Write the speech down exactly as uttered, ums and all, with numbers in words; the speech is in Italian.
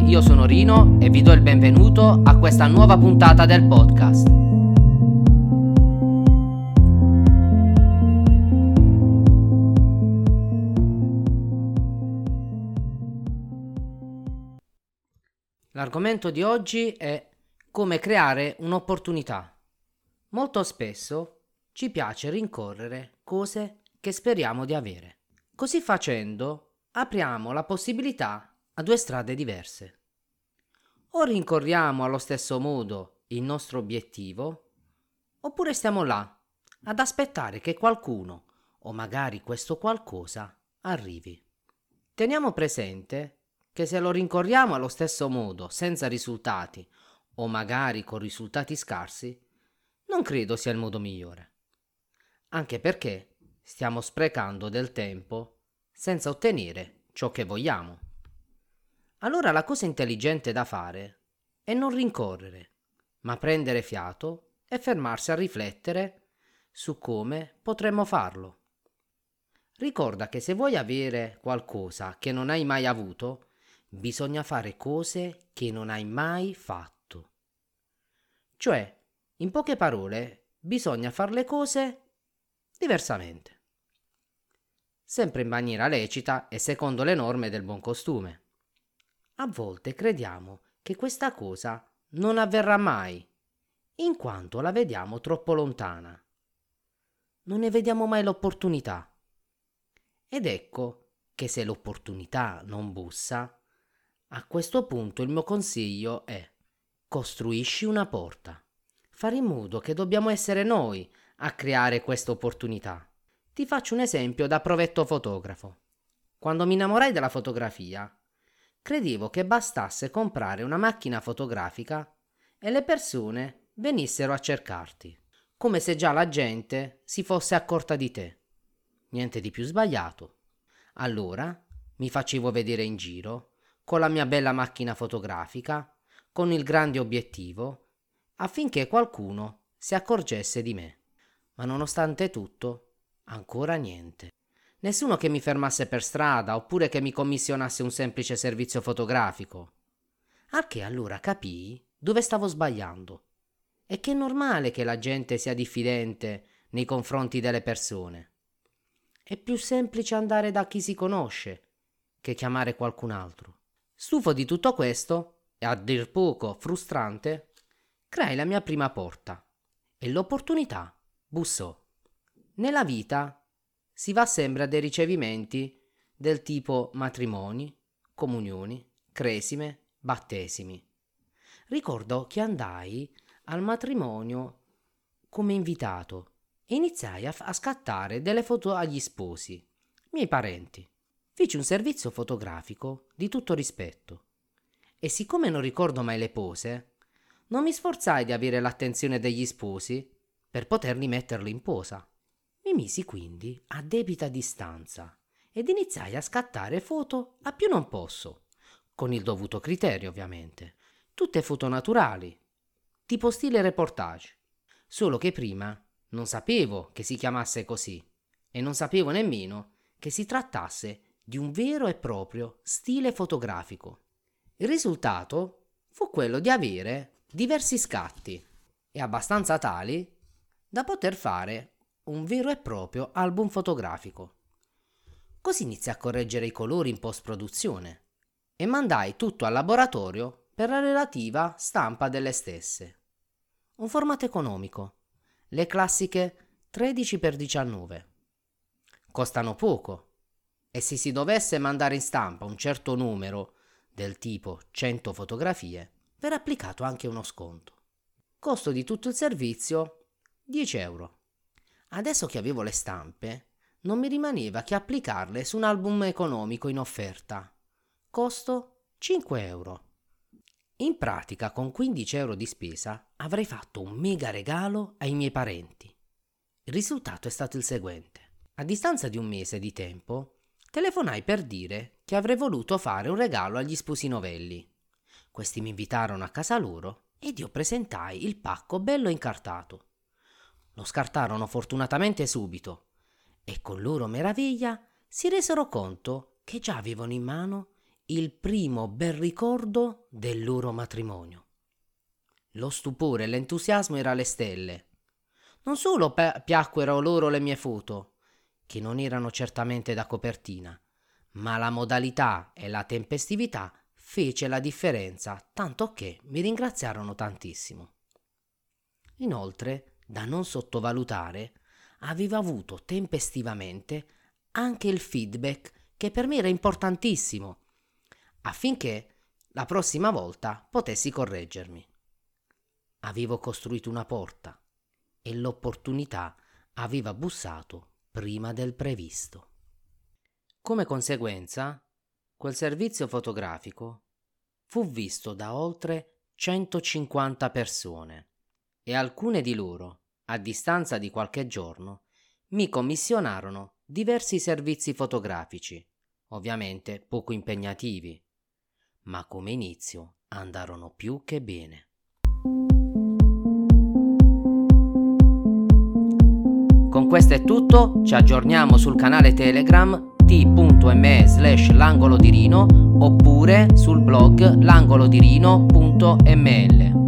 io sono Rino e vi do il benvenuto a questa nuova puntata del podcast. L'argomento di oggi è come creare un'opportunità. Molto spesso ci piace rincorrere cose che speriamo di avere. Così facendo apriamo la possibilità a due strade diverse. O rincorriamo allo stesso modo il nostro obiettivo, oppure stiamo là ad aspettare che qualcuno, o magari questo qualcosa, arrivi. Teniamo presente che se lo rincorriamo allo stesso modo, senza risultati, o magari con risultati scarsi, non credo sia il modo migliore. Anche perché stiamo sprecando del tempo senza ottenere ciò che vogliamo. Allora la cosa intelligente da fare è non rincorrere, ma prendere fiato e fermarsi a riflettere su come potremmo farlo. Ricorda che se vuoi avere qualcosa che non hai mai avuto, bisogna fare cose che non hai mai fatto. Cioè, in poche parole, bisogna fare le cose diversamente. Sempre in maniera lecita e secondo le norme del buon costume. A volte crediamo che questa cosa non avverrà mai, in quanto la vediamo troppo lontana. Non ne vediamo mai l'opportunità. Ed ecco che se l'opportunità non bussa, a questo punto il mio consiglio è: costruisci una porta. Fare in modo che dobbiamo essere noi a creare questa opportunità. Ti faccio un esempio da provetto fotografo. Quando mi innamorai della fotografia, credevo che bastasse comprare una macchina fotografica e le persone venissero a cercarti, come se già la gente si fosse accorta di te. Niente di più sbagliato. Allora mi facevo vedere in giro con la mia bella macchina fotografica, con il grande obiettivo, affinché qualcuno si accorgesse di me. Ma nonostante tutto, ancora niente. Nessuno che mi fermasse per strada oppure che mi commissionasse un semplice servizio fotografico. Al che allora capii dove stavo sbagliando e che è normale che la gente sia diffidente nei confronti delle persone. È più semplice andare da chi si conosce che chiamare qualcun altro. Stufo di tutto questo, e a dir poco frustrante, creai la mia prima porta e l'opportunità bussò. Nella vita si va sempre a dei ricevimenti del tipo matrimoni, comunioni, cresime, battesimi. Ricordo che andai al matrimonio come invitato e iniziai a, f- a scattare delle foto agli sposi, miei parenti. Feci un servizio fotografico di tutto rispetto e siccome non ricordo mai le pose, non mi sforzai di avere l'attenzione degli sposi per poterli metterli in posa. Mi misi quindi a debita distanza ed iniziai a scattare foto a più non posso, con il dovuto criterio ovviamente, tutte foto naturali, tipo stile reportage, solo che prima non sapevo che si chiamasse così e non sapevo nemmeno che si trattasse di un vero e proprio stile fotografico. Il risultato fu quello di avere diversi scatti e abbastanza tali da poter fare un vero e proprio album fotografico. Così iniziai a correggere i colori in post-produzione e mandai tutto al laboratorio per la relativa stampa delle stesse. Un formato economico, le classiche tredici per diciannove. Costano poco. E se si dovesse mandare in stampa un certo numero, del tipo cento fotografie, verrà applicato anche uno sconto. Costo di tutto il servizio dieci euro. Adesso che avevo le stampe, non mi rimaneva che applicarle su un album economico in offerta. Costo cinque euro. In pratica, con quindici euro di spesa, avrei fatto un mega regalo ai miei parenti. Il risultato è stato il seguente. A distanza di un mese di tempo, telefonai per dire che avrei voluto fare un regalo agli sposi novelli. Questi mi invitarono a casa loro ed io presentai il pacco bello incartato. Lo scartarono fortunatamente subito e con loro meraviglia si resero conto che già avevano in mano il primo bel ricordo del loro matrimonio. Lo stupore e l'entusiasmo era alle stelle. Non solo pi- piacquero loro le mie foto, che non erano certamente da copertina, ma la modalità e la tempestività fece la differenza, tanto che mi ringraziarono tantissimo. Inoltre, da non sottovalutare, avevo avuto tempestivamente anche il feedback che per me era importantissimo, affinché la prossima volta potessi correggermi. Avevo costruito una porta e l'opportunità aveva bussato prima del previsto. Come conseguenza, quel servizio fotografico fu visto da oltre centocinquanta persone e alcune di loro, a distanza di qualche giorno, mi commissionarono diversi servizi fotografici, ovviamente poco impegnativi, ma come inizio andarono più che bene. Con questo è tutto, ci aggiorniamo sul canale Telegram t.me slash l'angolo di Rino oppure sul blog langolodirino punto ml.